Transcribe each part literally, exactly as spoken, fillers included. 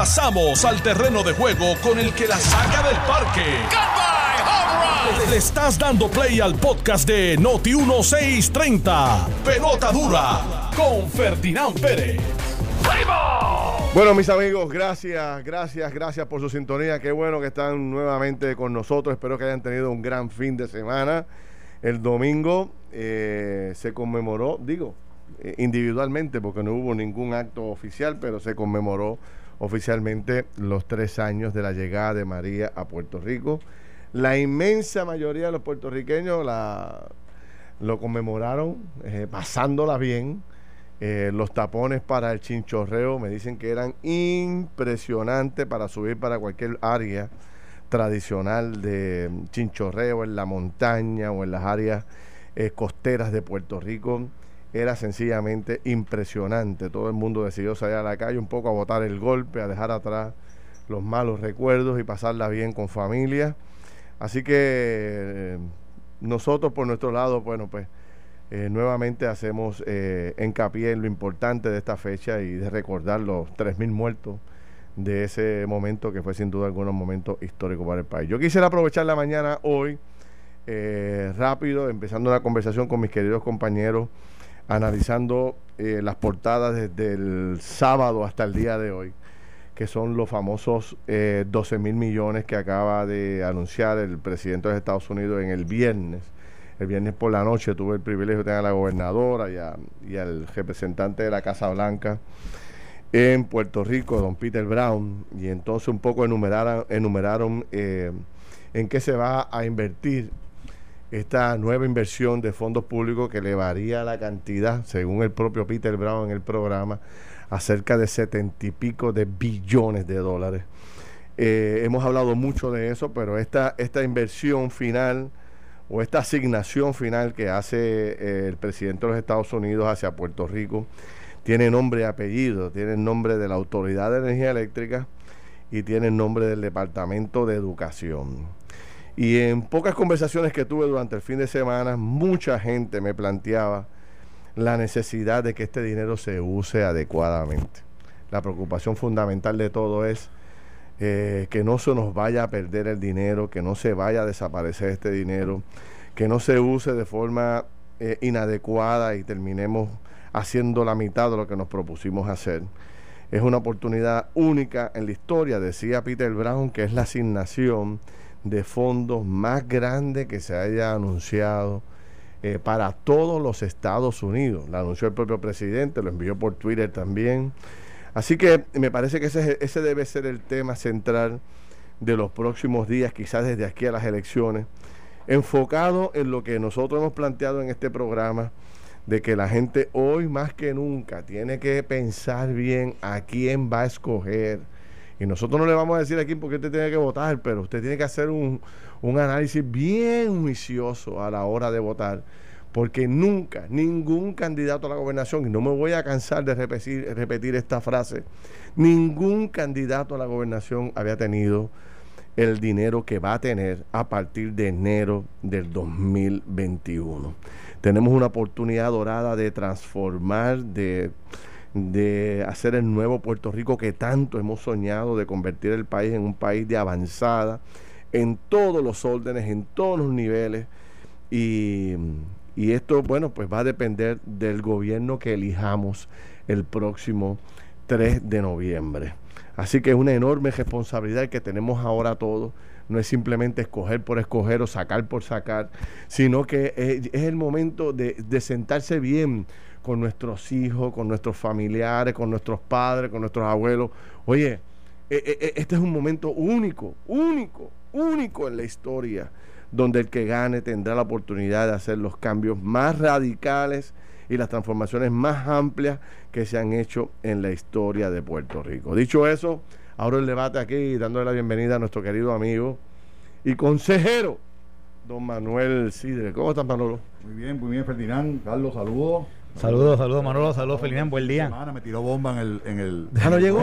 Pasamos al terreno de juego con el que la saca del parque. Le estás dando play al podcast de Noti dieciséis treinta. Pelota dura con Ferdinand Pérez. Bueno, mis amigos, gracias, gracias, gracias por su sintonía. Qué bueno que están nuevamente con nosotros. Espero que hayan tenido un gran fin de semana. El domingo eh, se conmemoró, digo, eh, individualmente, porque no hubo ningún acto oficial, pero se conmemoró oficialmente los tres años de la llegada de María a Puerto Rico. La inmensa mayoría de los puertorriqueños la, lo conmemoraron eh, pasándola bien. Eh, los tapones para el chinchorreo me dicen que eran impresionantes para subir para cualquier área tradicional de chinchorreo en la montaña o en las áreas eh, costeras de Puerto Rico. Era sencillamente impresionante. Todo el mundo decidió salir a la calle un poco a botar el golpe, a dejar atrás los malos recuerdos y pasarla bien con familia. Así que eh, nosotros por nuestro lado, bueno, pues Eh, nuevamente hacemos eh, hincapié en lo importante de esta fecha y de recordar los tres mil muertos de ese momento que fue sin duda algunos momentos históricos para el país. Yo quisiera aprovechar la mañana hoy, eh, rápido, empezando una conversación con mis queridos compañeros, analizando eh, las portadas desde el sábado hasta el día de hoy, que son los famosos eh, doce mil millones que acaba de anunciar el presidente de Estados Unidos en el viernes. El viernes por la noche tuve el privilegio de tener a la gobernadora y, a, y al representante de la Casa Blanca en Puerto Rico, don Peter Brown, y entonces un poco enumeraron, enumeraron eh, en qué se va a invertir esta nueva inversión de fondos públicos que elevaría la cantidad, según el propio Peter Brown en el programa, a cerca de setenta y pico de billones de dólares. Eh, hemos hablado mucho de eso, pero esta, esta inversión final o esta asignación final que hace eh, el presidente de los Estados Unidos hacia Puerto Rico tiene nombre y apellido, tiene el nombre de la Autoridad de Energía Eléctrica y tiene el nombre del Departamento de Educación. Y en pocas conversaciones que tuve durante el fin de semana, mucha gente me planteaba la necesidad de que este dinero se use adecuadamente. La preocupación fundamental de todo es Eh, que no se nos vaya a perder el dinero, que no se vaya a desaparecer este dinero, que no se use de forma eh, inadecuada y terminemos haciendo la mitad de lo que nos propusimos hacer. Es una oportunidad única en la historia, decía Peter Brown, que es la asignación de fondos más grande que se haya anunciado eh, para todos los Estados Unidos. La anunció el propio presidente, lo envió por Twitter también. Así que me parece que ese, ese debe ser el tema central de los próximos días, quizás desde aquí a las elecciones, enfocado en lo que nosotros hemos planteado en este programa, de que la gente hoy más que nunca tiene que pensar bien a quién va a escoger. Y nosotros no le vamos a decir aquí por qué usted tiene que votar, pero usted tiene que hacer un, un análisis bien juicioso a la hora de votar, porque nunca, ningún candidato a la gobernación, y no me voy a cansar de repetir, repetir esta frase, ningún candidato a la gobernación había tenido el dinero que va a tener a partir de enero del dos mil veintiuno. Tenemos una oportunidad dorada de transformar, de, de hacer el nuevo Puerto Rico que tanto hemos soñado, de convertir el país en un país de avanzada, en todos los órdenes, en todos los niveles, y... Y esto, bueno, pues va a depender del gobierno que elijamos el próximo tres de noviembre. Así que es una enorme responsabilidad que tenemos ahora todos. No es simplemente escoger por escoger o sacar por sacar, sino que es, es el momento de, de sentarse bien con nuestros hijos, con nuestros familiares, con nuestros padres, con nuestros abuelos. Oye, eh, eh, este es un momento único, único, único en la historia, donde el que gane tendrá la oportunidad de hacer los cambios más radicales y las transformaciones más amplias que se han hecho en la historia de Puerto Rico. Dicho eso, abro el debate aquí dándole la bienvenida a nuestro querido amigo y consejero, don Manuel Sidre. ¿Cómo estás, Manolo? Muy bien, muy bien, Ferdinand. Carlos, saludos. Saludos, saludos, Manolo, saludos, Ferdinand, buen día. Semana, me tiró bomba en el... En el ¿Ya no llegó? No, no,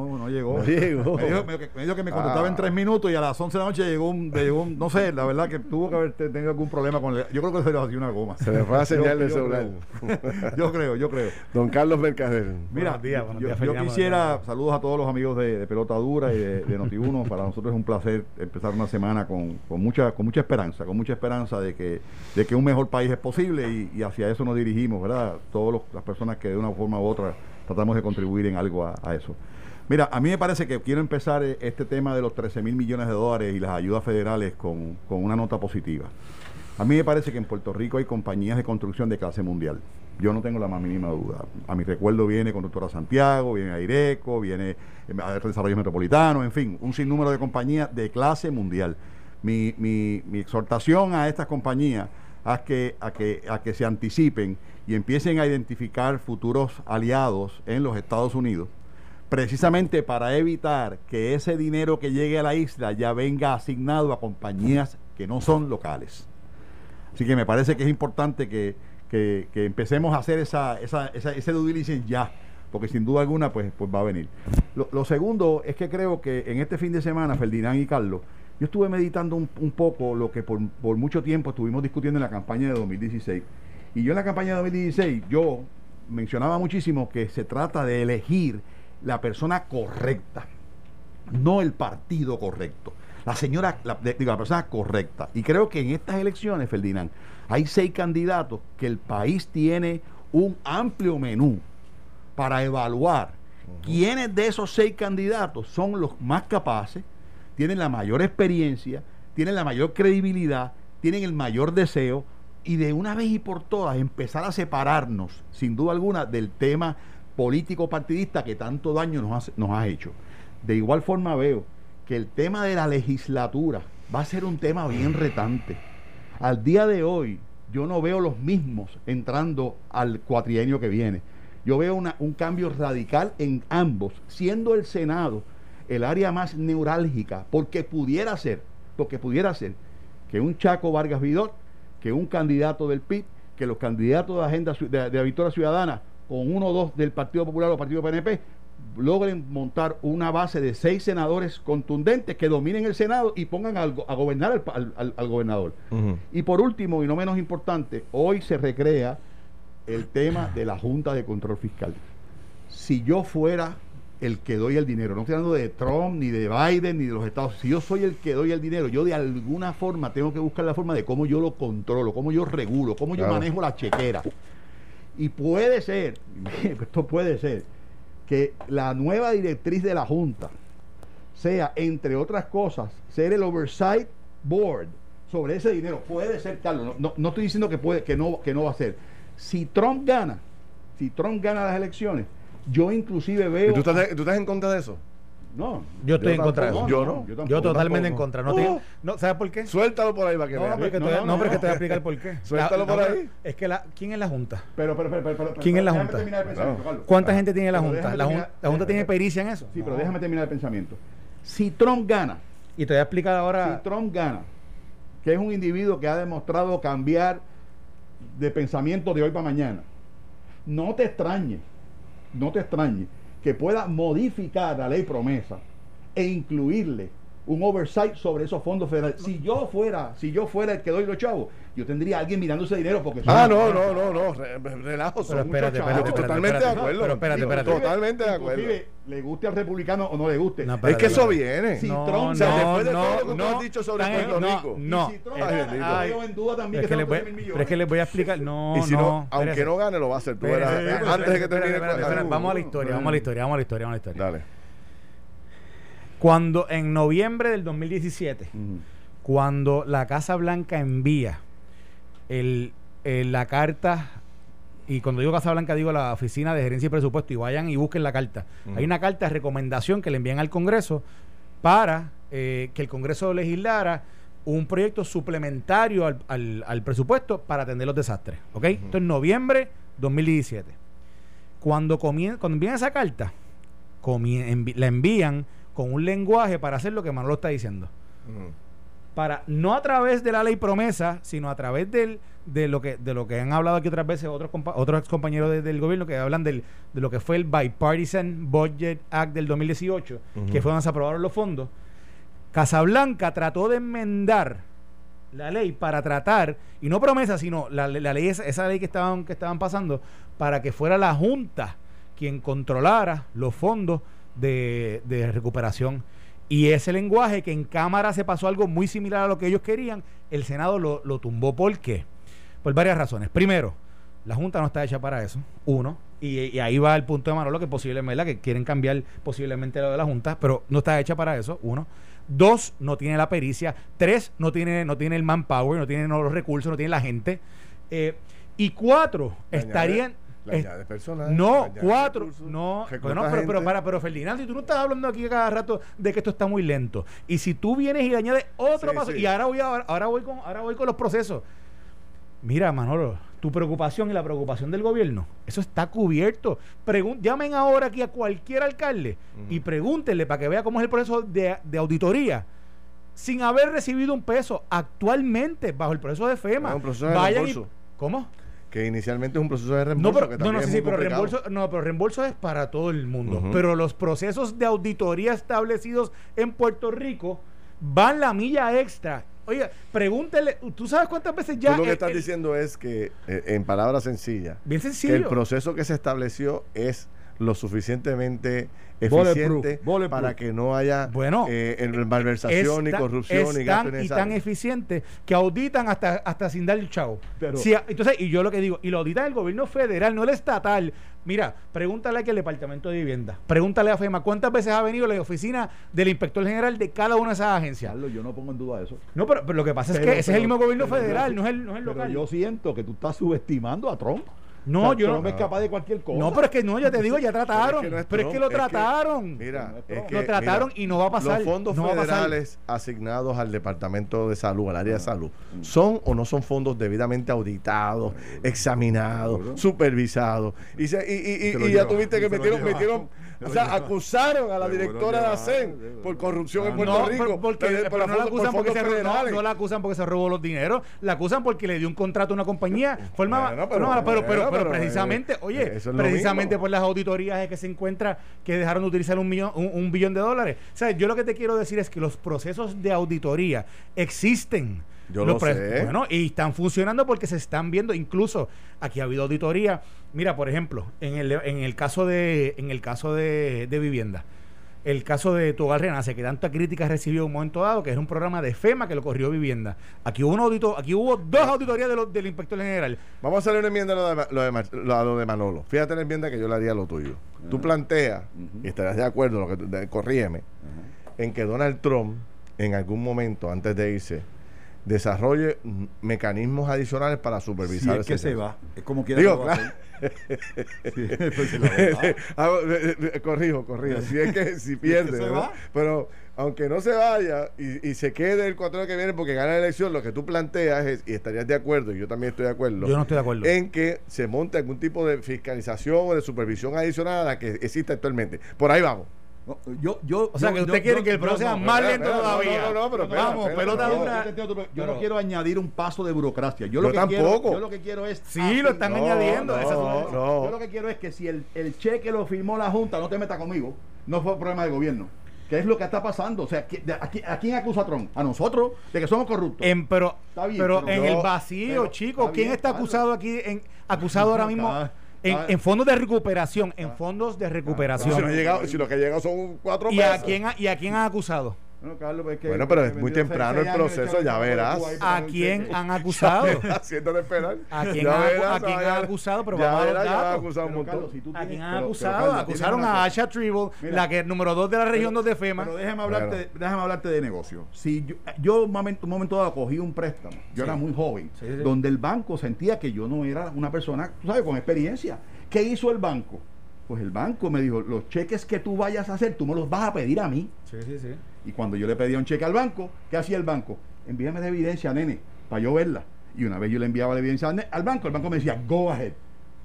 no, no llegó. No llegó. Me dijo, me, me dijo que me contestaba ah. en tres minutos y a las once de la noche llegó un, llegó un, no sé, la verdad que tuvo que haber tenido algún problema con el, yo creo que se le hacía una goma. Se le fue a señal del celular. Creo, yo creo, yo creo. Don Carlos Mercader. Mira, buenos días, buenos días, yo, yo quisiera, saludos a todos los amigos de, de Pelota Dura y de, de Noti uno. Para nosotros es un placer empezar una semana con, con mucha con mucha esperanza, con mucha esperanza de que, de que un mejor país es posible y, y hacia eso nos dirigimos, ¿verdad? Todas las personas que de una forma u otra tratamos de contribuir en algo a, a eso. Mira, a mí me parece que quiero empezar este tema de los trece mil millones de dólares y las ayudas federales con, con una nota positiva. A mí me parece que en Puerto Rico hay compañías de construcción de clase mundial. Yo no tengo la más mínima duda. A mi recuerdo viene Constructora Santiago, viene Aireco, viene Desarrollo Metropolitano, en fin, un sinnúmero de compañías de clase mundial. Mi, mi, mi exhortación a estas compañías a que, a, que, a que se anticipen y empiecen a identificar futuros aliados en los Estados Unidos, precisamente para evitar que ese dinero que llegue a la isla ya venga asignado a compañías que no son locales. Así que me parece que es importante que, que, que empecemos a hacer esa, esa, esa, ese due diligence ya, porque sin duda alguna pues, pues va a venir. Lo, lo segundo es que creo que en este fin de semana, Ferdinand y Carlos, yo estuve meditando un, un poco lo que por, por mucho tiempo estuvimos discutiendo en la campaña de dos mil dieciséis. Y yo en la campaña de dos mil dieciséis, yo mencionaba muchísimo que se trata de elegir la persona correcta, no el partido correcto. La señora, la, digo, la persona correcta. Y creo que en estas elecciones, Ferdinand, hay seis candidatos que el país tiene un amplio menú para evaluar uh-huh. quiénes de esos seis candidatos son los más capaces, tienen la mayor experiencia, tienen la mayor credibilidad, tienen el mayor deseo, y de una vez y por todas empezar a separarnos, sin duda alguna, del tema político partidista que tanto daño nos ha, nos ha hecho. De igual forma veo que el tema de la legislatura va a ser un tema bien retante. Al día de hoy yo no veo los mismos entrando al cuatrienio que viene. Yo veo una, un cambio radical en ambos, siendo el Senado el área más neurálgica, porque pudiera ser, porque pudiera ser que un Chaco Vargas Vidot, que un candidato del P I B, que los candidatos de Agenda de, de la Victoria Ciudadana, con uno o dos del Partido Popular o Partido P N P, logren montar una base de seis senadores contundentes que dominen el Senado y pongan al, a gobernar al, al, al gobernador. Uh-huh. Y por último, y no menos importante, hoy se recrea el tema de la Junta de Control Fiscal. Si yo fuera el que doy el dinero, no estoy hablando de Trump, ni de Biden, ni de los Estados Unidos, si yo soy el que doy el dinero, yo de alguna forma tengo que buscar la forma de cómo yo lo controlo, cómo yo regulo, cómo yo claro. manejo la chequera. Y puede ser, esto puede ser, que la nueva directriz de la Junta sea, entre otras cosas, ser el Oversight Board sobre ese dinero. Puede ser, Carlos, no, no, no estoy diciendo que, puede, que, no, que no va a ser. Si Trump gana, si Trump gana las elecciones, yo inclusive veo... ¿Y tú estás, ¿tú estás en contra de eso? No, yo estoy yo en contra de eso. No, yo no. Yo, tampoco, yo totalmente tampoco. en contra. No, Oh. tengo, no, ¿sabes por qué? Suéltalo por ahí para que no, veas. Porque no, te, no, no, no, pero no. que te voy a explicar por qué. Suéltalo la, por no, ahí. Es que la, ¿quién es la Junta? Pero, pero, pero, pero, pero ¿Quién es la déjame Junta? terminar el pensamiento, No. Carlos. ¿Cuánta Ah, gente tiene la Junta? La, terminar, la Junta tiene pericia en eso. Sí, pero no. déjame terminar el pensamiento. Si Trump gana, y te voy a explicar ahora. Si Trump gana, que es un individuo que ha demostrado cambiar de pensamiento de hoy para mañana, no te extrañe, no te extrañe que pueda modificar la ley promesa e incluirle un oversight sobre esos fondos federales. Si yo fuera, si yo fuera el que doy los chavos, yo tendría a alguien mirando ese dinero porque ah, no, no, no, no, Re, relajo, son espérate, muchos espérate, chavos. Totalmente espérate, de acuerdo. pero espérate, espérate. Totalmente de acuerdo. Inclusive, le guste al republicano o no le guste. No, espérate, es que eso espérate. viene. Si no, Trump, o sea, no, después de no, todo lo que no, tú has dicho sobre tan, Puerto no, Rico. No, y si Trump Ay, gana, ay, veo en duda también es que, que les voy, millones. pero es que les voy a explicar. No, y si no, no aunque espérate. no gane, lo va a hacer. Tú Espérate, verás, espérate, antes de que espérate, termine. espérate, espérate, Uh, vamos a la historia, vamos a la historia, vamos a la historia, vamos a la historia. Dale. Cuando en noviembre del dos mil diecisiete, uh-huh. cuando la Casa Blanca envía el, el, la carta, y cuando digo Casa Blanca digo la Oficina de Gerencia y Presupuesto, y vayan y busquen la carta, uh-huh. hay una carta de recomendación que le envían al Congreso para eh, que el Congreso legislara un proyecto suplementario al, al, al presupuesto para atender los desastres, ¿ok? Uh-huh. Esto es noviembre dos mil diecisiete. Cuando, comien- cuando envían esa carta, comien- envi- la envían con un lenguaje para hacer lo que Manolo está diciendo. Uh-huh. para, no a través de la ley promesa, sino a través del, de lo que de lo que han hablado aquí otras veces otros compa- otros ex compañeros de, del gobierno que hablan del, de lo que fue el Bipartisan Budget Act del dos mil dieciocho, uh-huh. que fue donde se aprobaron los fondos. Casablanca trató de enmendar la ley para tratar, y no promesa, sino la, la ley, esa, esa ley que estaban, que estaban pasando, para que fuera la Junta quien controlara los fondos de, de recuperación. Y ese lenguaje que en Cámara se pasó algo muy similar a lo que ellos querían, el Senado lo, lo tumbó. ¿Por qué? Por varias razones. Primero, la Junta no está hecha para eso, uno, y, y ahí va el punto de Manolo, que posiblemente, que quieren cambiar posiblemente lo de la Junta, pero no está hecha para eso, uno. Dos, no tiene la pericia. Tres, no tiene, no tiene el manpower, no tiene no, los recursos, no tiene la gente. Eh, y cuatro, la estarían... La añade personal, no, cuatro, recursos, no, bueno, pero, pero para, pero Ferdinando, si tú no estás hablando aquí cada rato de que esto está muy lento, y si tú vienes y le añades otro sí, paso, sí. y ahora voy a, ahora voy con, ahora voy con los procesos. Mira, Manolo, tu preocupación y la preocupación del gobierno, eso está cubierto. Pregun- llamen ahora aquí a cualquier alcalde uh-huh. y pregúntenle para que vea cómo es el proceso de, de auditoría, sin haber recibido un peso actualmente bajo el proceso de FEMA. No, un proceso de Vayan reembolso. Y, ¿Cómo? Que inicialmente es un proceso de reembolso. No, pero, no, no, sí, sí, pero reembolso, no, pero reembolso es para todo el mundo. Uh-huh. Pero los procesos de auditoría establecidos en Puerto Rico van la milla extra. Oiga, pregúntele, ¿tú sabes cuántas veces ya? Tú lo que el, estás el, diciendo es que, eh, en palabras sencillas, bien sencillo, que el proceso que se estableció es lo suficientemente eficiente Bulletproof. para que no haya bueno, eh, malversación ni corrupción ni gasto innecesario. Y tan eficiente que auditan hasta, hasta sin dar el chavo. Pero, si, entonces, y yo lo que digo, y lo auditan el gobierno federal, no el estatal. Mira, pregúntale aquí al Departamento de Vivienda, pregúntale a FEMA cuántas veces ha venido la oficina del inspector general de cada una de esas agencias. Carlos, yo no pongo en duda eso. No, pero, pero lo que pasa pero, es que ese pero, es el mismo gobierno federal, yo, no es el, no es el local. Pero yo siento que tú estás subestimando a Trump. No, o sea, yo no me es capaz de cualquier cosa. No, pero es que no, ya te digo, ya trataron. Pero es que, no es, pero es que lo es trataron. Que, mira, es que, lo trataron mira, y no va a pasar. Los fondos no federales asignados al Departamento de Salud, al área de salud, ¿son o no son fondos debidamente auditados, examinados, supervisados? Y, se, y, y, y, y ya tuviste que metieron, metieron, o sea, acusaron a la directora de A C E N por corrupción en Puerto no, Rico. Porque, pero, pero no, la acusan porque se no, no la acusan porque se robó los dineros, la acusan porque le dio un contrato a una compañía. Formaba, bueno, pero, no, pero, pero, pero, pero precisamente, oye, es precisamente por las auditorías es que se encuentra que dejaron de utilizar un millón, un, un billón de dólares. O sea, yo lo que te quiero decir es que los procesos de auditoría existen. Yo lo sé. Bueno, y están funcionando porque se están viendo. Incluso aquí ha habido auditoría. Mira, por ejemplo, en el, en el caso de en el caso de, de vivienda, el caso de Tu Hogar Renace, que tanta crítica recibió en un momento dado, que es un programa de FEMA que lo corrió Vivienda. Aquí hubo un audito, aquí hubo dos auditorías de lo, del inspector general. Vamos a hacer una enmienda a lo de, lo de, lo de Manolo. Fíjate la enmienda que yo le haría a lo tuyo. Uh-huh. Tú planteas, uh-huh. y estarás de acuerdo, lo que de, corrígeme, uh-huh. en que Donald Trump, en algún momento, antes de irse, desarrolle mecanismos adicionales para supervisar. Si es que se va, es como quiera. Digo, claro. Sí, pues corrijo, corrijo. Si es que si pierde, ¿se va? Pero aunque no se vaya y, y se quede el cuatro que viene porque gana la elección, lo que tú planteas es, y estarías de acuerdo, y yo también estoy de acuerdo. Yo no estoy de acuerdo. En que se monte algún tipo de fiscalización o de supervisión adicional a la que existe actualmente. Por ahí vamos. No, yo, yo, o sea, yo, que usted yo, quiere yo, que el proceso sea no, más espera, lento espera, todavía. No, no, no, pero espera, vamos, espera, pelota no, dura. Yo, yo, yo pero, no quiero añadir un paso de burocracia. Yo, yo lo que tampoco. Quiero, yo lo que quiero es. Sí, así, lo están no, añadiendo. No, esa no, es no. Yo lo que quiero es que si el, el cheque lo firmó la Junta, no te metas conmigo. No fue problema del gobierno. ¿Qué es lo que está pasando? O sea, ¿a, a, a quién acusa a Trump? ¿A nosotros? ¿De que somos corruptos? En, pero bien, pero, pero en yo, el vacío, chicos, ¿quién bien, está acusado claro. aquí? En, acusado ahora mismo. En, en fondos de recuperación, en fondos de recuperación. Si, no llegado, si lo que ha llegado son cuatro ¿Y pesos. A quién, ¿Y a quién han acusado? Bueno, Carlos, pues que bueno, pero es muy temprano el proceso, ya verás. ¿A quién han acusado? Haciéndole esperar. ¿A quién, han, verás, ¿a quién han acusado? Pero ya vamos verás, a los datos. Acusado un montón. Carlos, si tú ¿A quién han pero, acusado? Pero, Carlos, acusaron a Asha Tribble, la que es número dos de la región dos de FEMA. Pero déjame hablarte, bueno. déjame hablarte de negocio. Si yo, yo un momento, un momento dado cogí un préstamo, yo sí. era muy joven, sí, sí. donde el banco sentía que yo no era una persona, tú sabes, con experiencia. ¿Qué hizo el banco? Pues el banco me dijo, los cheques que tú vayas a hacer, tú me los vas a pedir a mí. Sí, sí, sí. Y cuando yo le pedía un cheque al banco, ¿qué hacía el banco? Envíame la evidencia, nene, para yo verla. Y una vez yo le enviaba la evidencia al banco, el banco me decía, go ahead.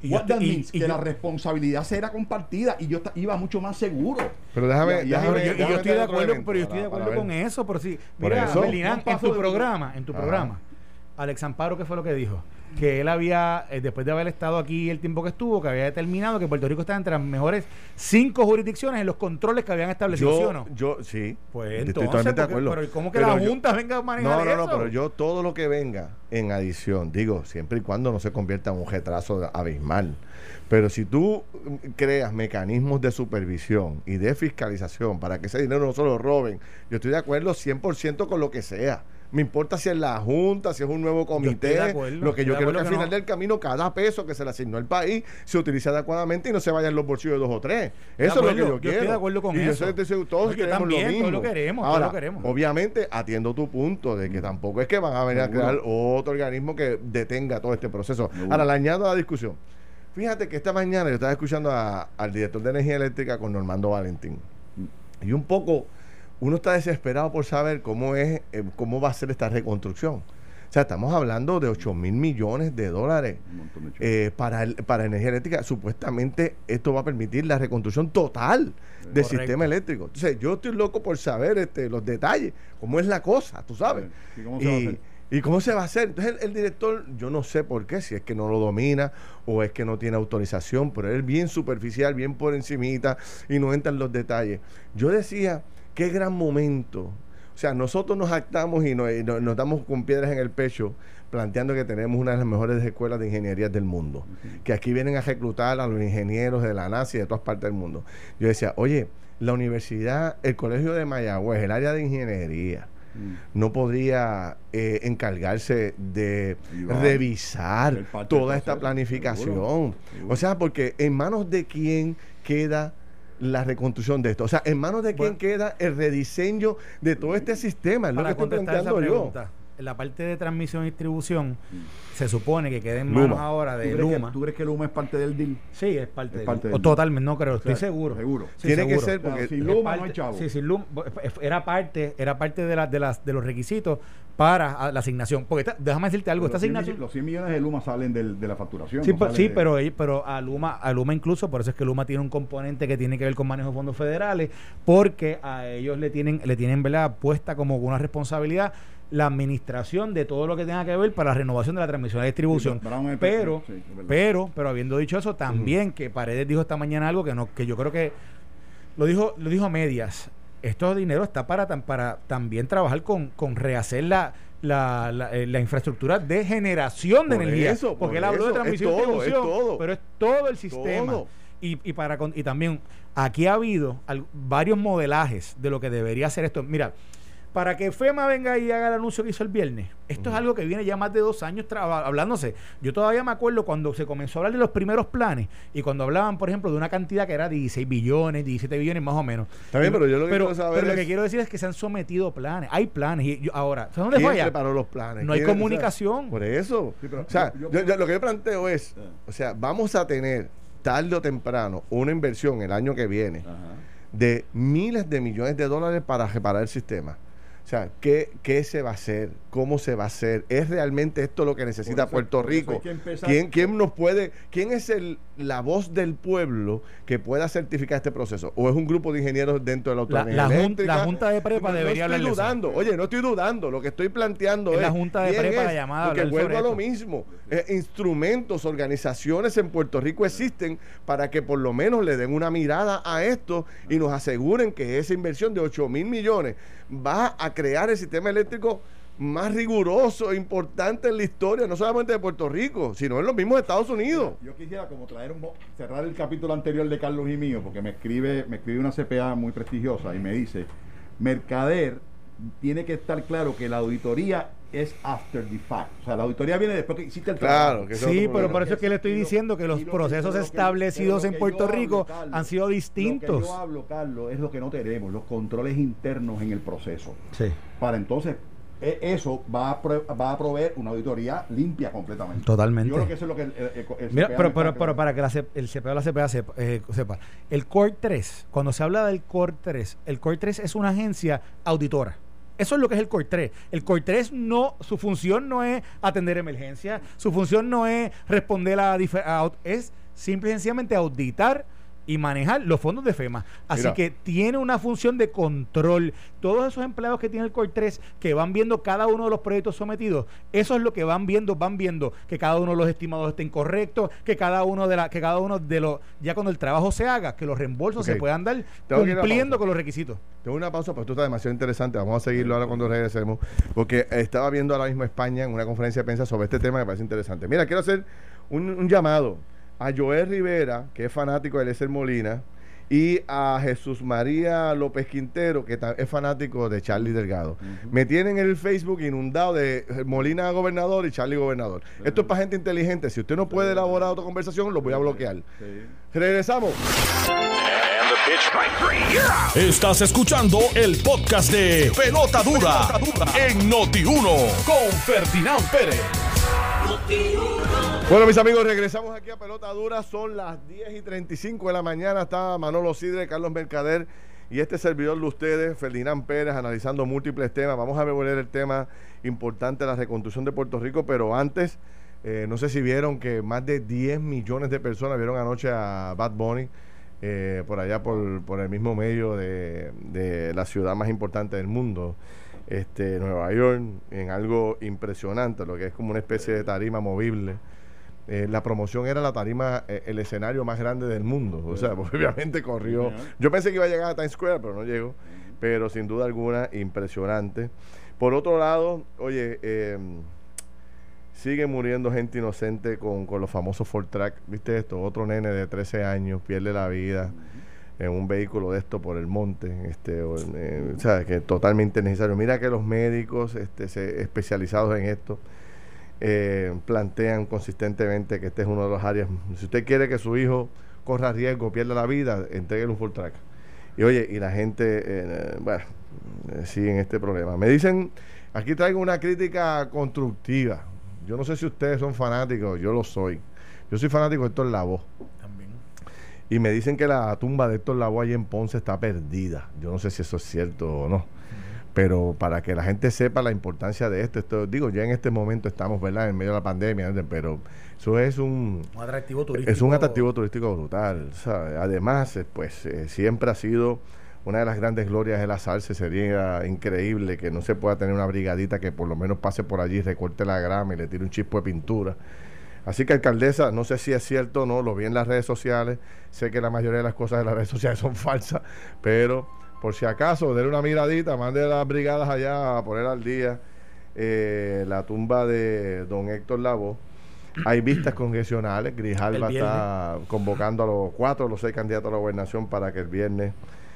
Y What that means, y, y que yo, la responsabilidad será compartida y yo iba mucho más seguro. Pero déjame, y, déjame, yo, déjame yo estoy de acuerdo, elemento, pero yo estoy de acuerdo con eso, pero sí, mira, eso, Belinán, en tu programa, en tu Ajá. programa, Alex Amparo, ¿qué fue lo que dijo? Que él había, eh, después de haber estado aquí el tiempo que estuvo, que había determinado que Puerto Rico estaba entre las mejores cinco jurisdicciones en los controles que habían establecido, yo, ¿sí o no? Yo, sí. Pues estoy entonces, totalmente porque, de acuerdo. pero ¿cómo que pero la yo, Junta venga a manejar no, no, eso? No, pero yo todo lo que venga en adición, digo, siempre y cuando no se convierta en un retraso abismal. Pero si tú creas mecanismos de supervisión y de fiscalización para que ese dinero no se lo roben, yo estoy de acuerdo cien por ciento con lo que sea. Me importa si es la Junta, si es un nuevo comité. Acuerdo, lo que yo creo que al final no. del camino, cada peso que se le asignó al país se utiliza adecuadamente y no se vaya en los bolsillos de dos o tres. Eso acuerdo, es lo que yo, yo quiero. Estoy de acuerdo con y eso. Yo sé, todos no, queremos también, lo mismo. Todos lo queremos, Ahora, todos lo queremos. Obviamente, atiendo tu punto de que tampoco es que van a venir a crear otro organismo que detenga todo este proceso. No. Ahora, le añado a la discusión. Fíjate que esta mañana yo estaba escuchando a, al director de Energía Eléctrica con Normando Valentín. Y un poco... uno está desesperado por saber cómo es, eh, cómo va a ser esta reconstrucción. O sea, estamos hablando de ocho mil millones de dólares eh, para, el, para energía eléctrica. Supuestamente esto va a permitir la reconstrucción total del Correcto. sistema eléctrico. Entonces, yo estoy loco por saber este, los detalles, cómo es la cosa, tú sabes. ¿Y cómo se va a hacer? ¿Y cómo se va a hacer? Entonces el, el director, yo no sé por qué, si es que no lo domina o es que no tiene autorización, pero él bien superficial, bien por encimita y no entra en los detalles. Yo decía, qué gran momento. O sea, nosotros nos actamos y nos, y nos, nos damos con piedras en el pecho planteando que tenemos una de las mejores escuelas de ingeniería del mundo, uh-huh. que aquí vienen a reclutar a los ingenieros de la NASA y de todas partes del mundo. Yo decía, oye, la universidad, el colegio de Mayagüez, el área de ingeniería, no podría eh, encargarse de Iván, revisar toda esta planificación. Seguro, seguro. O sea, porque en manos de quién queda la reconstrucción de esto. O sea, en manos de quién bueno, queda el rediseño de todo este sistema. Es lo que estoy planteando yo. La parte de transmisión y distribución mm. se supone que quede en manos Luma. ahora de ¿Tú Luma. Que, ¿Tú crees que Luma es parte del deal? Sí, es parte, es del parte deal. O totalmente, no creo, estoy o sea, seguro. Seguro. Sí, Tiene seguro. que ser porque o sea, sin Luma parte, no hay chavo. Sí, sin Luma era parte, era parte de la, de las de los requisitos para la asignación. Porque esta, déjame decirte algo, pero esta los asignación los cien millones de Luma salen del, de la facturación. Sí, no pero, sí de... pero pero a Luma, a Luma incluso, por eso es que Luma tiene un componente que tiene que ver con manejo de fondos federales, porque a ellos le tienen le tienen, ¿verdad?, puesta como una responsabilidad la administración de todo lo que tenga que ver para la renovación de la transmisión y distribución. Sí, pero, pero, sí, pero, pero habiendo dicho eso, también uh-huh. que Paredes dijo esta mañana algo que no, que yo creo que lo dijo, lo dijo a medias. Estos dinero está para, para también trabajar con, con rehacer la La, la, eh, la infraestructura de generación de por energía, eso, porque por él habló eso, de transmisión es todo, y distribución, es todo, pero es todo el sistema. Todo. Y, y para y también aquí ha habido al, varios modelajes de lo que debería ser esto. Mira, para que FEMA venga y haga el anuncio que hizo el viernes, esto uh-huh. es algo que viene ya más de dos años traba, hablándose. Yo todavía me acuerdo cuando se comenzó a hablar de los primeros planes y cuando hablaban, por ejemplo, de una cantidad que era dieciséis billones, diecisiete billones más o menos. Está bien, pero yo lo que pero, quiero saber pero es... lo que quiero decir es que se han sometido planes. Hay planes. Y yo, ahora, ¿sabes dónde ¿quién falla? preparó los planes? No hay comunicación. O sea, por eso. Sí, pero, o sea, yo, yo, yo, lo que yo planteo es, yeah. o sea, vamos a tener tarde o temprano una inversión el año que viene uh-huh. de miles de millones de dólares para reparar el sistema. O sea, ¿qué, ¿qué se va a hacer? ¿Cómo se va a hacer? ¿Es realmente esto lo que necesita eso, Puerto Rico? ¿Quién, ¿Quién nos puede, quién es el, la voz del pueblo que pueda certificar este proceso? ¿O es un grupo de ingenieros dentro de la autoridad la, la eléctrica? La Junta de Prepa no, debería hablar de eso. No estoy dudando, oye, no estoy dudando. Lo que estoy planteando es... es la Junta de Prepa la llamada. Porque vuelvo a lo mismo. Eh, instrumentos, organizaciones en Puerto Rico existen para que por lo menos le den una mirada a esto y nos aseguren que esa inversión de ocho mil millones va a crear el sistema eléctrico más riguroso e importante en la historia, no solamente de Puerto Rico, sino en los mismos Estados Unidos. Yo quisiera como traer un cerrar el capítulo anterior de Carlos y mío, porque me escribe, me escribe una C P A muy prestigiosa y me dice, Mercader tiene que estar claro que la auditoría es after the fact. O sea, la auditoría viene después que hiciste el trabajo. Claro, que sí, pero por eso es que le estoy diciendo que los procesos establecidos en Puerto Rico han sido distintos. Lo que yo hablo, Carlos, es lo que no tenemos, los controles internos en el proceso. Sí. Para entonces, eso va a, pro, va a proveer una auditoría limpia completamente. Totalmente. Yo creo que eso es lo que el, el, el Mira, pero, pero, pero para que la, el C P A o la C P A sepa, eh, sepa, el Core tres, cuando se habla del Core tres, el Core tres es una agencia auditora. Eso es lo que es el Core tres. El Core tres no, su función no es atender emergencias, su función no es responder a, a es simple y sencillamente auditar y manejar los fondos de FEMA. Así Mira. que tiene una función de control. Todos esos empleados que tiene el Core tres, que van viendo cada uno de los proyectos sometidos, eso es lo que van viendo, van viendo que cada uno de los estimados estén correctos, que cada uno de la, que cada uno de los, ya cuando el trabajo se haga, que los reembolsos okay. se puedan dar Tengo cumpliendo con los requisitos. Tengo una pausa, pero esto está demasiado interesante. Vamos a seguirlo ahora cuando regresemos, porque estaba viendo ahora mismo España en una conferencia de prensa sobre este tema que me parece interesante. Mira, quiero hacer un, un llamado a Joel Rivera, que es fanático de Eliezer Molina, y a Jesús María López Quintero, que es fanático de Charlie Delgado. Uh-huh. Me tienen en el Facebook inundado de Molina gobernador y Charlie gobernador. Uh-huh. Esto es para gente inteligente. Si usted no puede elaborar otra conversación, lo voy a bloquear. Sí. Regresamos. Estás escuchando el podcast de Pelota Dura, Pelota Dura en Noti uno con Ferdinand Pérez. Bueno, mis amigos, regresamos aquí a Pelota Dura. Son las diez y treinta y cinco de la mañana. Está Manolo Sidre, Carlos Mercader y este servidor de ustedes, Ferdinand Pérez, analizando múltiples temas. Vamos a ver el tema importante de la reconstrucción de Puerto Rico, pero antes, eh, no sé si vieron que más de diez millones de personas vieron anoche a Bad Bunny eh, por allá por, por el mismo medio de, de la ciudad más importante del mundo. Este, Nueva York, en algo impresionante, lo que es como una especie de tarima movible. Eh, la promoción era la tarima, eh, el escenario más grande del mundo. O sea, pues, obviamente corrió. Yo pensé que iba a llegar a Times Square, pero no llegó. Pero sin duda alguna, impresionante. Por otro lado, oye, eh, sigue muriendo gente inocente con, con los famosos Ford Track. ¿Viste esto? Otro nene de trece años pierde la vida en un vehículo de esto por el monte, este, o, eh, o sea, que es totalmente necesario. Mira que los médicos este, se, especializados en esto eh, plantean consistentemente que este es uno de los áreas. Si usted quiere que su hijo corra riesgo, pierda la vida, entréguele un full track. Y oye, y la gente, eh, bueno, eh, sigue en este problema. Me dicen, aquí traigo una crítica constructiva. Yo no sé si ustedes son fanáticos, yo lo soy. Yo soy fanático de Héctor Lavoe. Y me dicen que la tumba de Héctor Lavoe allí en Ponce está perdida. Yo no sé si eso es cierto o no. Uh-huh. Pero para que la gente sepa la importancia de esto, esto, digo, ya en este momento estamos, ¿verdad?, en medio de la pandemia, ¿verdad? Pero eso es un, un atractivo turístico. Es un atractivo turístico brutal, ¿sabes? Además, pues eh, siempre ha sido una de las grandes glorias de la salsa. Sería increíble que no se pueda tener una brigadita que por lo menos pase por allí, recorte la grama y le tire un chispo de pintura. Así que, alcaldesa, no sé si es cierto o no, lo vi en las redes sociales, sé que la mayoría de las cosas de las redes sociales son falsas, pero por si acaso, denle una miradita, mande las brigadas allá a poner al día eh, la tumba de don Héctor Lavoe. Hay vistas congresionales, Grijalva está convocando a los cuatro, los seis candidatos a la gobernación para que el viernes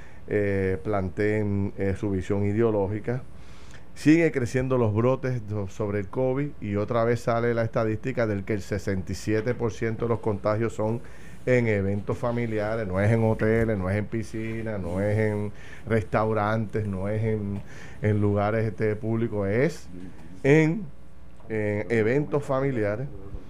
eh, planteen eh, su visión ideológica. Sigue creciendo los brotes sobre el COVID y otra vez sale la estadística del que el sesenta y siete por ciento de los contagios son en eventos familiares, no es en hoteles, no es en piscinas, no es en restaurantes, no es en, en lugares este, públicos, es en, en eventos familiares.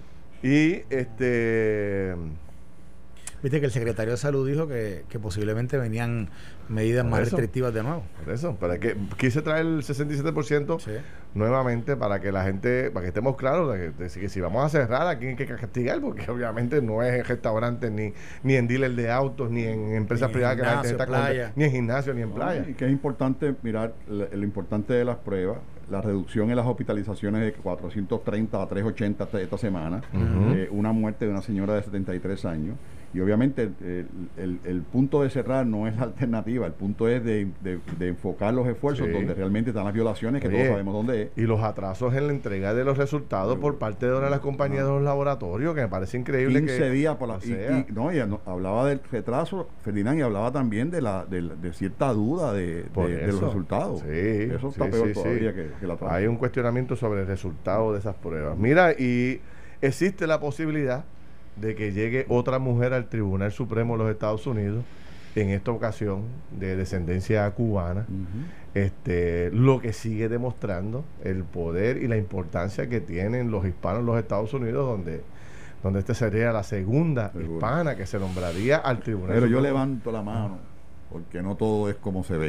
Y este... Viste que el secretario de Salud dijo que, que posiblemente venían medidas por más eso, restrictivas de nuevo. Por eso, para que quise traer el sesenta y siete por ciento sí. nuevamente para que la gente, para que estemos claros de que, de que si vamos a cerrar aquí hay que castigar, porque obviamente no es en restaurantes, ni, ni en dealers de autos, ni en empresas ni privadas gimnasio, que la gente está con, ni en gimnasio, ni en no, playa. Y que es importante mirar lo, lo importante de las pruebas, la reducción en las hospitalizaciones de cuatrocientos treinta a trescientos ochenta esta, esta semana, uh-huh. eh, una muerte de una señora de setenta y tres años. Y obviamente el, el, el punto de cerrar no es la alternativa, el punto es de, de, de enfocar los esfuerzos sí. donde realmente están las violaciones, que Oye, todos sabemos dónde es. Y los atrasos en la entrega de los resultados sí. por parte de una de las compañías no. de los laboratorios, que me parece increíble. quince que, días por la... Y, y, no, ella no, hablaba del retraso, Ferdinand, y hablaba también de la de, de cierta duda de, de, de los resultados. Sí, eso está sí, peor sí, todavía sí. que, que la trama. Hay un cuestionamiento sobre el resultado de esas pruebas. Mira, y existe la posibilidad de que llegue otra mujer al Tribunal Supremo de los Estados Unidos, en esta ocasión de descendencia cubana, uh-huh. este, lo que sigue demostrando el poder y la importancia que tienen los hispanos en los Estados Unidos, donde, donde esta sería la segunda Seguro. hispana que se nombraría al Tribunal Pero Supremo. Yo levanto la mano, porque no todo es como se ve.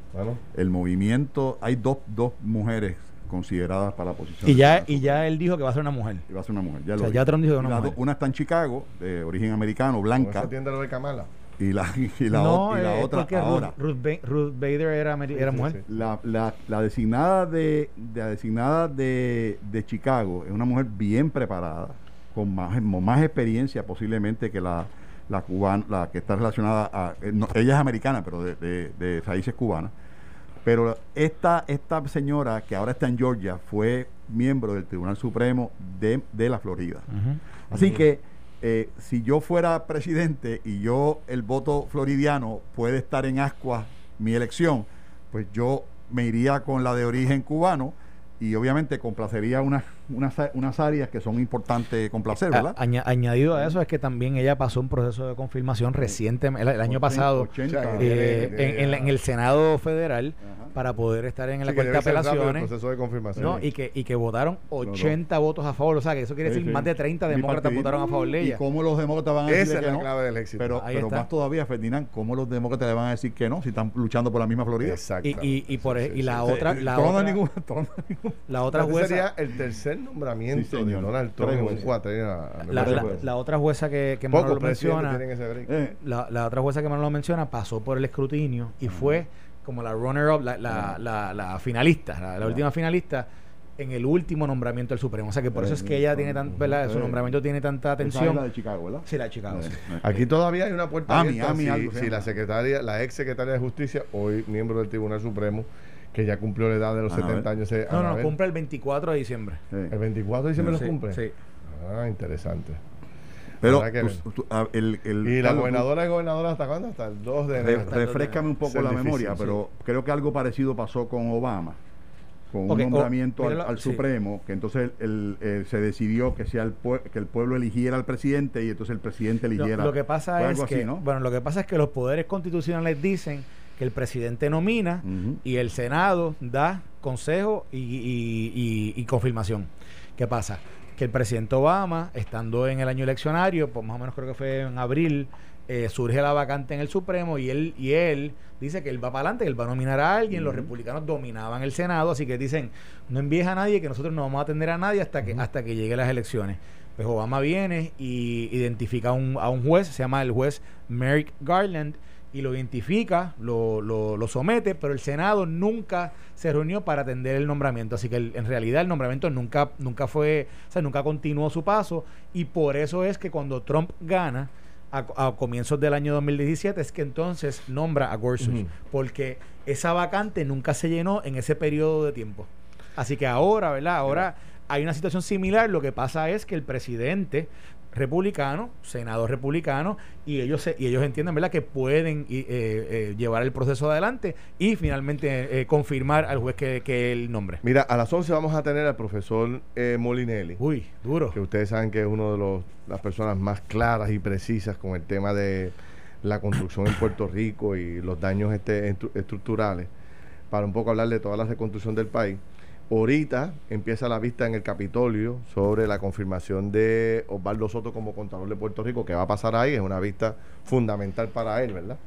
Bueno. El movimiento, hay dos, dos mujeres consideradas para la posición. Y ya, y ya él dijo que va a ser una mujer. Y va a ser una mujer. Ya o lo sea, ya Trump dijo que una, una mujer. una está en Chicago, de origen americano, blanca. ¿No se lo de Kamala? Y la, y la, no, o, y la eh, otra ahora. Ruth, Ruth, ba Ruth Bader era, sí, era sí, mujer. Sí. La, la, la designada de, de la designada de, de Chicago es una mujer bien preparada, con más, más experiencia posiblemente que la, la cubana, la que está relacionada a, eh, no, ella es americana, pero de, de, de raíces cubanas. Pero esta, esta señora que ahora está en Georgia fue miembro del Tribunal Supremo de, de la Florida. Uh-huh. Así uh-huh. que eh, si yo fuera presidente y yo el voto floridiano puede estar en ascuas mi elección, pues yo me iría con la de origen cubano y obviamente complacería unas, unas, unas áreas que son importantes complacer, ¿verdad? A, añ añadido a eso es que también ella pasó un proceso de confirmación reciente, el, el año ochenta, pasado, ochenta, eh, en, en, en el Senado Federal, ajá, para poder estar en sí, la Corte de Apelaciones. El proceso de confirmación. ¿No? Y, que, y que votaron ochenta no, no. votos a favor, o sea que eso quiere sí, decir sí. más de treinta demócratas votaron a favor de ella. ¿Y cómo los demócratas van a decir Esa que es no? la clave del éxito. Pero, pero más todavía, Ferdinand, ¿cómo los demócratas le van a decir que no si están luchando por la misma Florida? Exacto. Y, y, y, por, sí, y la sí, otra... sí. La Todo otra, no ningún, todo no la otra jueza... sería el tercer nombramiento sí, de Donald Trump en un cuatrienio. La, la, la otra jueza que, que Manolo menciona... Eh. La, la otra jueza que Manolo menciona pasó por el escrutinio y fue como la runner-up, la, la, la, la finalista, la, la uh-huh. última finalista en el último nombramiento del Supremo. O sea que por eso es que ella tiene tan, ¿verdad? Su nombramiento tiene tanta atención. Es la de Chicago, ¿verdad? Sí, la de Chicago. Sí. Aquí todavía hay una puerta Ami, abierta. Ami, si, algo, si la secretaria, la ex secretaria de Justicia, hoy miembro del Tribunal Supremo, que ya cumplió la edad de los Anabel. setenta años. Se, no, no, cumple el veinticuatro de diciembre. Sí. ¿El veinticuatro de diciembre sí, lo cumple? Sí. Ah, interesante. Pero tú, tú, a, el, el, y la gobernadora es gobernadora hasta cuándo? Hasta el dos de enero. Re, refrescame un poco la difícil, memoria, sí. pero creo que algo parecido pasó con Obama, con okay, un nombramiento oh, al, al sí. Supremo, que entonces el, el, se decidió que sea el que el pueblo eligiera al presidente y entonces el presidente eligiera. Lo, lo que pasa es así, que ¿no? bueno, lo que pasa es que los poderes constitucionales dicen que el presidente nomina uh-huh. y el Senado da consejo y, y, y, y confirmación. ¿Qué pasa? Que el presidente Obama, estando en el año eleccionario, pues más o menos creo que fue en abril, eh, surge la vacante en el Supremo y él y él dice que él va para adelante, que él va a nominar a alguien. Uh-huh. Los republicanos dominaban el Senado, así que dicen, no envíes a nadie, que nosotros no vamos a atender a nadie hasta que uh-huh. hasta que lleguen las elecciones. Pues Obama viene y identifica a un, a un juez, se llama el juez Merrick Garland, y lo identifica, lo, lo, lo somete, pero el Senado nunca se reunió para atender el nombramiento, así que el, en realidad el nombramiento nunca nunca fue, o sea, nunca continuó su paso, y por eso es que cuando Trump gana a, a comienzos del año dos mil diecisiete es que entonces nombra a Gorsuch, uh-huh. porque esa vacante nunca se llenó en ese periodo de tiempo. Así que ahora, ¿verdad? Ahora yeah. hay una situación similar. Lo que pasa es que el presidente republicano, senador republicano, y ellos se, y ellos entienden, ¿verdad?, que pueden eh, eh, llevar el proceso adelante y finalmente eh, confirmar al juez que, que él nombre. Mira, a las once vamos a tener al profesor eh, Molinelli. Uy, duro. Que ustedes saben que es uno de los las personas más claras y precisas con el tema de la construcción en Puerto Rico y los daños este, estructurales, para un poco hablar de toda la reconstrucción del país. Ahorita empieza la vista en el Capitolio sobre la confirmación de Osvaldo Soto como contador de Puerto Rico. ¿Qué va a pasar ahí? Es una vista fundamental para él, ¿verdad?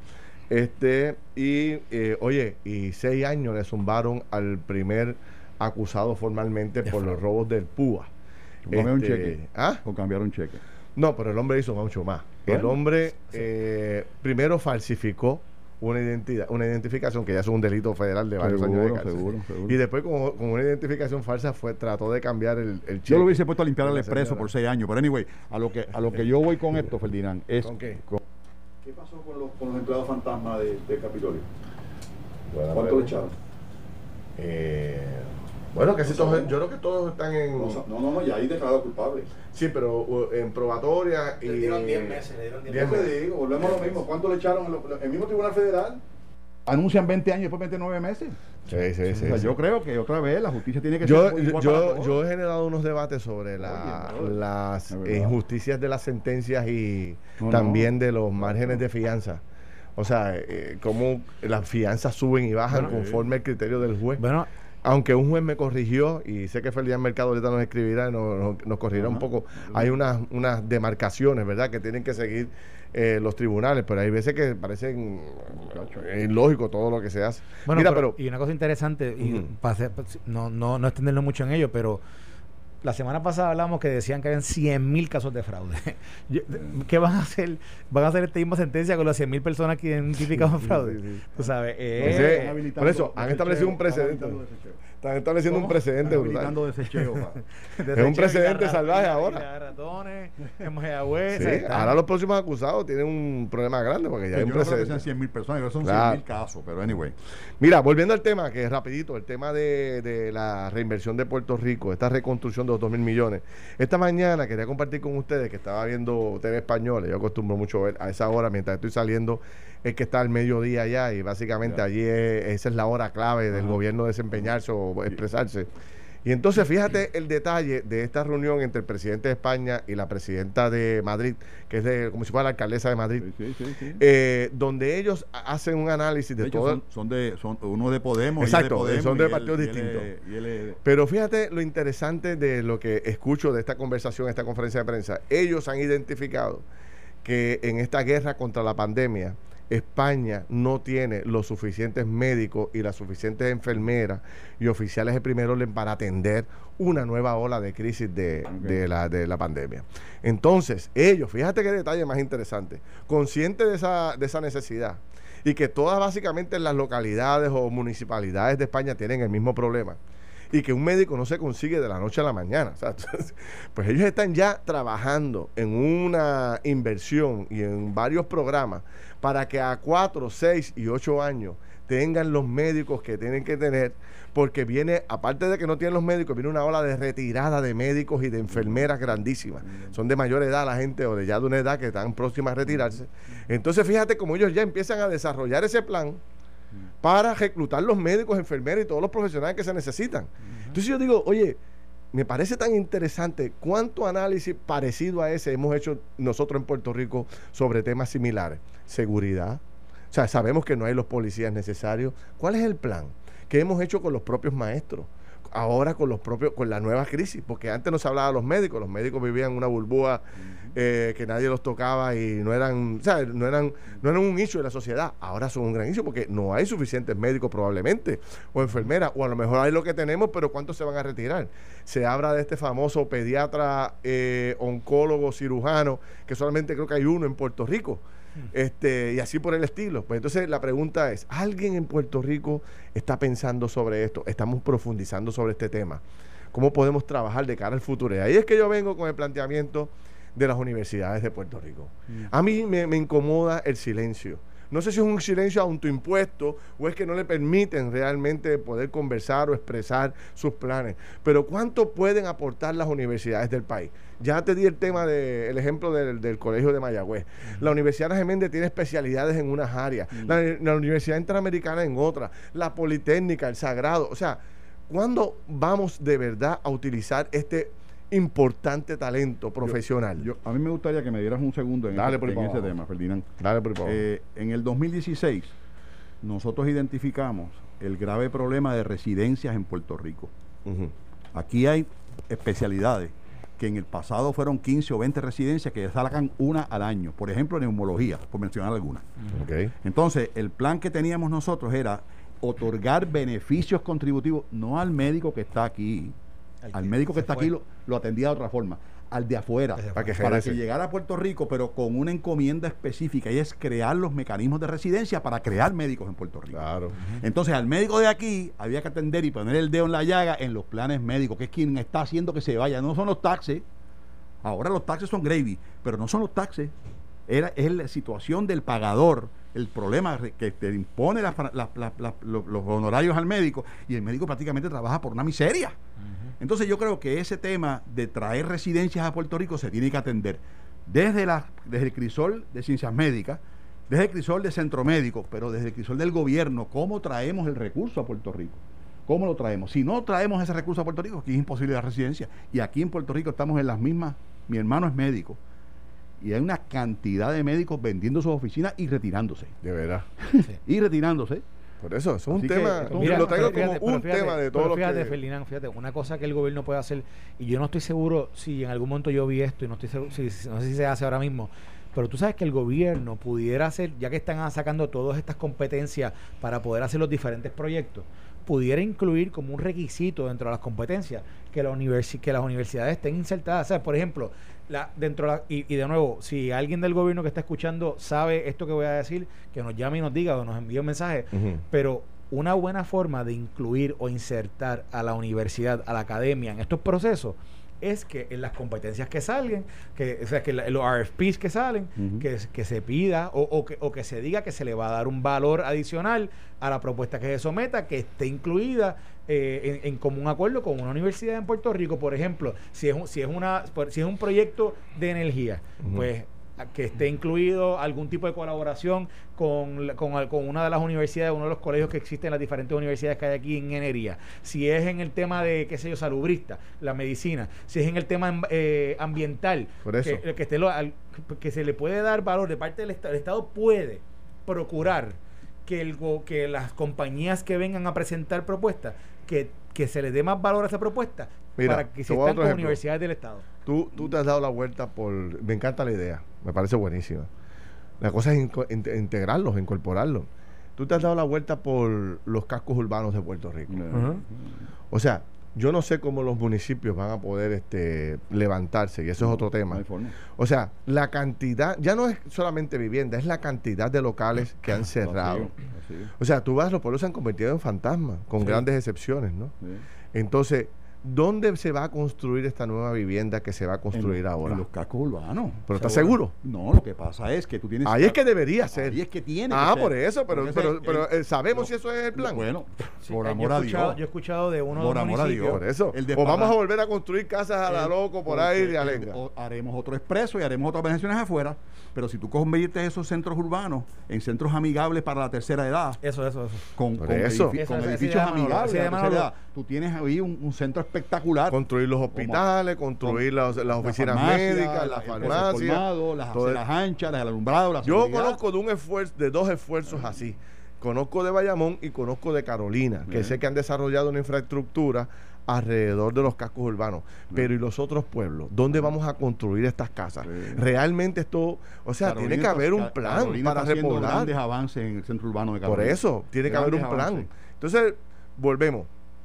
Este, y eh, oye, y seis años le zumbaron al primer acusado formalmente por los robos del P U A. ¿O cambiaron un Este, cheque? ¿Ah? ¿O cambiaron un cheque? No, pero el hombre hizo mucho más. Bueno, el hombre eh, primero falsificó una identidad, una identificación que ya es un delito federal de varios seguro, años de cárcel. Seguro, seguro. Y después con, con una identificación falsa fue trató de cambiar el, el cheque. Yo lo hubiese puesto a limpiar al expreso por seis años. Pero anyway, a lo que a lo que yo voy con esto, Ferdinand, es ¿con qué? Con, ¿qué pasó con los, con los empleados fantasma de, del Capitolio? Bueno, ¿Cuánto le echaron? Eh, bueno, que si todos, yo creo que todos están en... No, no, no, ya hay declarado culpable. Sí, pero uh, en probatoria y... Le dieron diez meses, le dieron diez meses. meses. Digo, volvemos a lo mismo. ¿Cuánto le echaron en el mismo Tribunal Federal? Anuncian veinte años y después veintinueve meses. Sí, sí, sí. O sea, sí. yo creo que otra vez la justicia tiene que yo, ser igual yo, para todos. yo he generado unos debates sobre la, Oye, las injusticias de las sentencias y no, también no. de los márgenes de fianza. O sea, eh, cómo las fianzas suben y bajan bueno, conforme al criterio del juez. Bueno, aunque un juez me corrigió, y sé que Ferdinand Mercado ahorita nos escribirá y nos, nos, nos corrigirá uh-huh. un poco, uh-huh. hay unas, unas demarcaciones, ¿verdad?, que tienen que seguir eh, los tribunales, pero hay veces que parecen ilógico todo lo que se hace. Bueno, Mira, pero, pero y una cosa interesante, y uh-huh. para hacer, no, no, no extendernos mucho en ello, pero la semana pasada hablamos que decían que habían cien mil casos de fraude. ¿Qué van a hacer? ¿Van a hacer esta misma sentencia con las cien mil personas que identificaron fraude? Sí, sí, sí. Tú sabes. Eh, Entonces, por eso, han establecido un precedente. Están estableciendo un precedente brutal. Es un precedente salvaje ahora. Ratones, sí, sí, ahora los próximos acusados tienen un problema grande porque ya hay un precedente. No creo que sean cien mil personas, creo que son claro. cien mil casos, pero anyway. Mira, volviendo al tema, que es rapidito, el tema de, de la reinversión de Puerto Rico, esta reconstrucción de los dos mil millones. Esta mañana quería compartir con ustedes que estaba viendo T V Española, yo acostumbro mucho ver a esa hora mientras estoy saliendo, es que está al mediodía allá y básicamente ya. allí es, esa es la hora clave del Ajá. gobierno desempeñarse o expresarse. Y entonces fíjate el detalle de esta reunión entre el presidente de España y la presidenta de Madrid, que es de, como si fuera la alcaldesa de Madrid, sí, sí, sí, sí. Eh, donde ellos hacen un análisis de, de todo. Son, son de son uno de Podemos, exacto, de Podemos, son de partidos él, distintos. Y él, y él, Pero fíjate lo interesante de lo que escucho de esta conversación, esta conferencia de prensa. Ellos han identificado que en esta guerra contra la pandemia, España no tiene los suficientes médicos y las suficientes enfermeras y oficiales de primer orden para atender una nueva ola de crisis de, okay. de, la, de la pandemia. Entonces, ellos, fíjate qué detalle más interesante, conscientes de esa, de esa necesidad y que todas básicamente las localidades o municipalidades de España tienen el mismo problema y que un médico no se consigue de la noche a la mañana. O sea, pues ellos están ya trabajando en una inversión y en varios programas para que a cuatro, seis y ocho años tengan los médicos que tienen que tener, porque viene, aparte de que no tienen los médicos, viene una ola de retirada de médicos y de enfermeras grandísimas. Son de mayor edad la gente o de ya de una edad que están próximas a retirarse. Entonces fíjate cómo ellos ya empiezan a desarrollar ese plan para reclutar los médicos, enfermeras y todos los profesionales que se necesitan. Uh-huh. Entonces yo digo, oye, me parece tan interesante cuánto análisis parecido a ese hemos hecho nosotros en Puerto Rico sobre temas similares. Seguridad. O sea, sabemos que no hay los policías necesarios. ¿Cuál es el plan? ¿Qué hemos hecho con los propios maestros? Ahora con los propios, con la nueva crisis, porque antes no se hablaba de los médicos, los médicos vivían en una burbuja uh-huh. eh, que nadie los tocaba y no eran, o sea, no eran, no eran un issue de la sociedad. Ahora son un gran issue porque no hay suficientes médicos probablemente, o enfermeras, o a lo mejor hay lo que tenemos, pero ¿cuántos se van a retirar? Se habla de este famoso pediatra, eh, oncólogo, cirujano, que solamente creo que hay uno en Puerto Rico. Este, y así por el estilo. Pues entonces la pregunta es, ¿alguien en Puerto Rico está pensando sobre esto? Estamos profundizando sobre este tema. ¿Cómo podemos trabajar de cara al futuro? Y ahí es que yo vengo con el planteamiento de las universidades de Puerto Rico. Mm. A mí me, me incomoda el silencio. No sé si es un silencio autoimpuesto o es que no le permiten realmente poder conversar o expresar sus planes. Pero ¿cuánto pueden aportar las universidades del país? Ya te di el tema de, el ejemplo del, del Colegio de Mayagüez. Uh-huh. La Universidad Ana Geméndez tiene especialidades en unas áreas. Uh-huh. La, la Universidad Interamericana en otras. La Politécnica, el Sagrado. O sea, ¿cuándo vamos de verdad a utilizar este importante talento profesional? Yo, yo, a mí me gustaría que me dieras un segundo en, Dale, ese, en ese tema, Ferdinand. Dale, por favor. Eh, en el dos mil dieciséis, nosotros identificamos el grave problema de residencias en Puerto Rico. Uh-huh. Aquí hay especialidades que en el pasado fueron quince o veinte residencias que sacan una al año. Por ejemplo, neumología, por mencionar algunas. Uh-huh. Okay. Entonces, el plan que teníamos nosotros era otorgar beneficios contributivos, no al médico que está aquí, al, al médico que está fue. aquí lo, lo atendía de otra forma, al de afuera, para que, para que llegara a Puerto Rico, pero con una encomienda específica, y es crear los mecanismos de residencia para crear médicos en Puerto Rico. Claro. Uh-huh. Entonces, al médico de aquí había que atender y poner el dedo en la llaga en los planes médicos, que es quien está haciendo que se vaya. No son los taxes, ahora los taxes son gravy, pero no son los taxes. Era, es la situación del pagador, el problema que te impone la, la, la, la, los, los honorarios al médico, y el médico prácticamente trabaja por una miseria. Uh-huh. Entonces yo creo que ese tema de traer residencias a Puerto Rico se tiene que atender desde, la, desde el crisol de ciencias médicas, desde el crisol de centro médico, pero desde el crisol del gobierno. ¿Cómo traemos el recurso a Puerto Rico? ¿Cómo lo traemos? Si no traemos ese recurso a Puerto Rico, aquí es imposible la residencia. Y aquí en Puerto Rico estamos en las mismas. Mi hermano es médico y hay una cantidad de médicos vendiendo sus oficinas y retirándose. De verdad. Sí. Y retirándose. Por eso, eso es un que, tema, mira, lo traigo fíjate, como un fíjate, tema de todo lo que... Fíjate, Ferdinand, fíjate, una cosa que el gobierno puede hacer, y yo no estoy seguro si en algún momento yo vi esto, y no estoy seguro, si, no sé si se hace ahora mismo, pero tú sabes que el gobierno pudiera hacer, ya que están sacando todas estas competencias para poder hacer los diferentes proyectos, pudiera incluir como un requisito dentro de las competencias que, la universi- que las universidades estén insertadas. O sea, por ejemplo, la, dentro de la, y, y de nuevo, si alguien del gobierno que está escuchando sabe esto que voy a decir, que nos llame y nos diga o nos envíe un mensaje, uh-huh. pero una buena forma de incluir o insertar a la universidad, a la academia en estos procesos es que en las competencias que salgan, que, o sea, que la, los R F Ps que salen, uh-huh. que, que se pida o, o, que, o que se diga que se le va a dar un valor adicional a la propuesta que se someta, que esté incluida eh, en, en común acuerdo con una universidad en Puerto Rico. Por ejemplo, si es un, si es una si es un proyecto de energía, uh-huh. pues que esté incluido algún tipo de colaboración con, con, con una de las universidades, uno de los colegios que existen en las diferentes universidades que hay aquí en ingeniería. Si es en el tema de, qué sé yo, salubrista, la medicina, si es en el tema eh, ambiental, Por eso. Que, que, esté lo, al, que se le puede dar valor de parte del Estado. El Estado puede procurar que, el, que las compañías que vengan a presentar propuestas, que, que se le dé más valor a esa propuesta. Mira, para que se están con universidades del Estado. Tú, tú te has dado la vuelta por... Me encanta la idea, me parece buenísima. La cosa es in, in, integrarlos, incorporarlos. Tú te has dado la vuelta por los cascos urbanos de Puerto Rico. Uh-huh. O sea, yo no sé cómo los municipios van a poder este, levantarse, y eso no, es otro tema. No o sea, la cantidad, ya no es solamente vivienda, es la cantidad de locales que han cerrado. Así, así. O sea, tú vas, los pueblos se han convertido en fantasmas, con sí. grandes excepciones, ¿no? Sí. Entonces... ¿dónde se va a construir esta nueva vivienda que se va a construir en, ahora? En los cascos urbanos. ¿Pero estás seguro? No, lo que pasa es que tú tienes... Ahí es que debería ser. Ahí es que tiene Ah, que por ser. eso, pero, pero, el, pero el, ¿sabemos no, si eso es el plan? Bueno, sí, por eh, amor a Dios. Yo he escuchado de uno por de los amor a Dios. Por eso. El de o vamos a volver a construir casas a la loco por ahí de Alenga. O haremos otro expreso y haremos otras organizaciones afuera, pero si tú conviertes esos centros urbanos en centros amigables para la tercera edad. Eso, eso, eso. Con, con, eso. edifi- eso, con eso, edificios eso amigables. se llama lo, tú tienes ahí un, un centro espectacular. Construir los hospitales, con, construir con, las, las oficinas la farmacia, médicas, las farmacias. Colmado, las aceras anchas, las alumbrados, las Yo conozco de un esfuerzo, de dos esfuerzos así. Conozco de Bayamón y conozco de Carolina, que sé que han desarrollado una infraestructura alrededor de los cascos urbanos. Pero ¿y los otros pueblos? ¿Dónde vamos a construir estas casas? Sí. Realmente esto, o sea, Carolina tiene que haber un plan Carolina para está repoblar. Grandes avances en el centro urbano de Carolina. Por eso, tiene que haber un plan. Avances. Entonces, volvemos.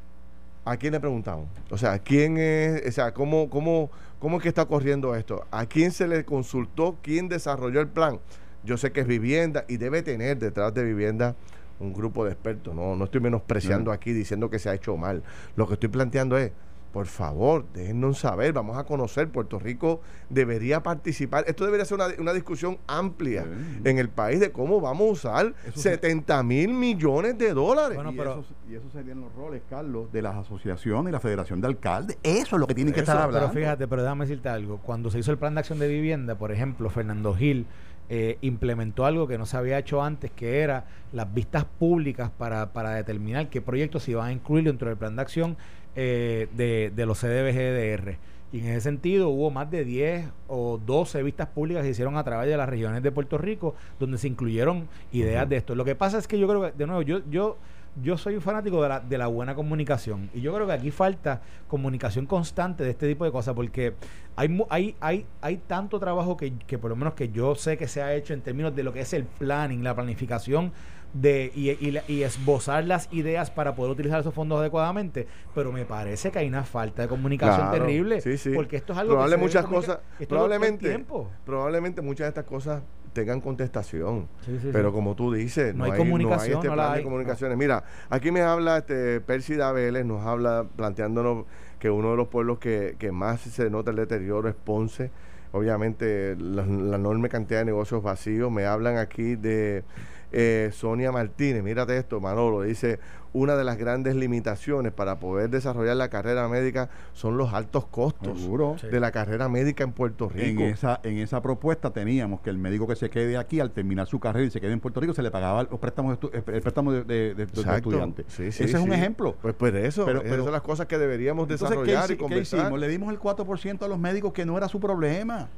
¿A quién le preguntamos? O sea, ¿quién es, o sea, cómo, cómo, cómo es que está corriendo esto? ¿A quién se le consultó? ¿Quién desarrolló el plan? Yo sé que es vivienda y debe tener detrás de vivienda un grupo de expertos. No, no estoy menospreciando aquí diciendo que se ha hecho mal. Lo que estoy planteando es, por favor, déjennos saber, vamos a conocer. Puerto Rico debería participar. Esto debería ser una, una discusión amplia sí. en el país de cómo vamos a usar eso setenta mil millones de dólares. Bueno, pero, y, eso, y eso serían los roles, Carlos, de las asociaciones y la Federación de Alcaldes. Eso es lo que tienen que estar hablando. Pero fíjate, pero déjame decirte algo. Cuando se hizo el plan de acción de vivienda, por ejemplo, Fernando Gil Eh, implementó algo que no se había hecho antes, que era las vistas públicas para, para determinar qué proyectos se iban a incluir dentro del plan de acción eh, de, de los C D B G D R. Y en ese sentido hubo más de diez o doce vistas públicas que se hicieron a través de las regiones de Puerto Rico, donde se incluyeron ideas uh-huh. de esto. Lo que pasa es que yo creo que, de nuevo, yo... yo Yo soy un fanático de la, de la buena comunicación y yo creo que aquí falta comunicación constante de este tipo de cosas, porque hay hay hay hay tanto trabajo que, que por lo menos que yo sé que se ha hecho en términos de lo que es el planning, la planificación de y, y, y esbozar las ideas para poder utilizar esos fondos adecuadamente, pero me parece que hay una falta de comunicación claro, terrible, sí, sí. porque esto es algo Probable que se muchas debe cosas probablemente probablemente muchas de estas cosas tengan contestación, sí, sí, pero sí. como tú dices, no, no hay, hay comunicación, no hay este no plan hay, de comunicaciones. No. Mira, aquí me habla este Pérsida Vélez, nos habla planteándonos que uno de los pueblos que, que más se nota el deterioro es Ponce. Obviamente la, la enorme cantidad de negocios vacíos. Me hablan aquí de eh, Sonia Martínez, mírate esto, Manolo, dice, una de las grandes limitaciones para poder desarrollar la carrera médica son los altos costos Seguro. de la carrera médica en Puerto Rico. En esa, en esa propuesta teníamos que el médico que se quede aquí al terminar su carrera y se quede en Puerto Rico se le pagaba los préstamos de estu- el préstamo de, de, de, de estudiantes. Sí, sí, Ese sí. es un ejemplo. Pues por eso, pero, esas pero, son las cosas que deberíamos entonces, desarrollar ¿qué, y conversar. ¿qué hicimos? Le dimos el cuatro por ciento a los médicos, que no era su problema.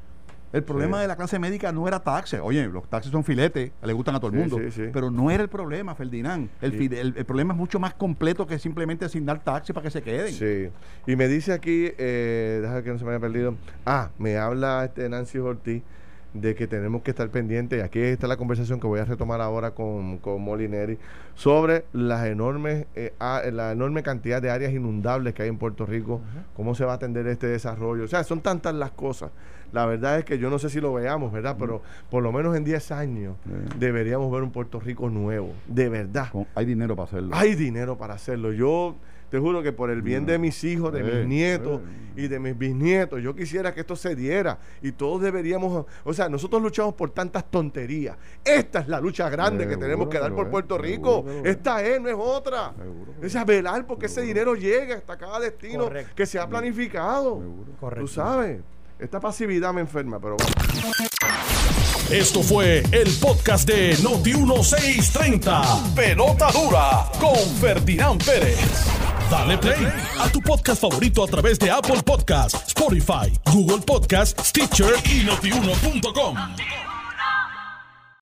El problema sí. de la clase médica no era taxes. Oye, los taxes son filetes, le gustan a todo el sí, mundo. Sí, sí. Pero no era el problema, Ferdinand. El, sí. el, el problema es mucho más completo que simplemente asignar taxes para que se queden. Sí. Y me dice aquí, eh, déjame que no se me haya perdido. Ah, me habla este Nancy Ortiz, de que tenemos que estar pendientes, y aquí está la conversación que voy a retomar ahora con, con Molineri, sobre las enormes, eh, a, la enorme cantidad de áreas inundables que hay en Puerto Rico, uh-huh. cómo se va a atender este desarrollo. O sea, son tantas las cosas. La verdad es que yo no sé si lo veamos, ¿verdad? Uh-huh. Pero por lo menos en diez años uh-huh. deberíamos ver un Puerto Rico nuevo, de verdad. Con, hay dinero para hacerlo. Hay dinero para hacerlo. Yo te juro que por el bien de mis hijos, de eh, mis nietos eh. y de mis bisnietos, yo quisiera que esto se diera y todos deberíamos, o sea, nosotros luchamos por tantas tonterías. Esta es la lucha grande eh, que tenemos que dar por Puerto es, Rico. Esta es, no es otra. O sea, velar porque ese dinero llegue hasta cada destino Correcto. Que se ha planificado. Correcto. Tú sabes, esta pasividad me enferma, pero bueno. Esto fue el podcast de Noti dieciséis treinta. Pelota dura con Ferdinand Pérez. Dale play a tu podcast favorito a través de Apple Podcasts, Spotify, Google Podcasts, Stitcher y notiuno punto com.